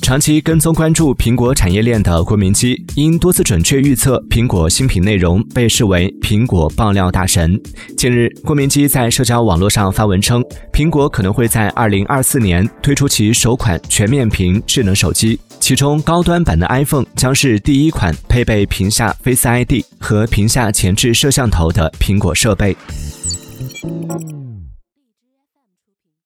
长期跟踪关注苹果产业链的郭明基，因多次准确预测苹果新品内容，被视为苹果爆料大神。近日，郭明基在社交网络上发文称，苹果可能会在2024年推出其首款全面屏智能手机，其中高端版的 iPhone 将是第一款配备屏下 Face ID 和屏下前置摄像头的苹果设备。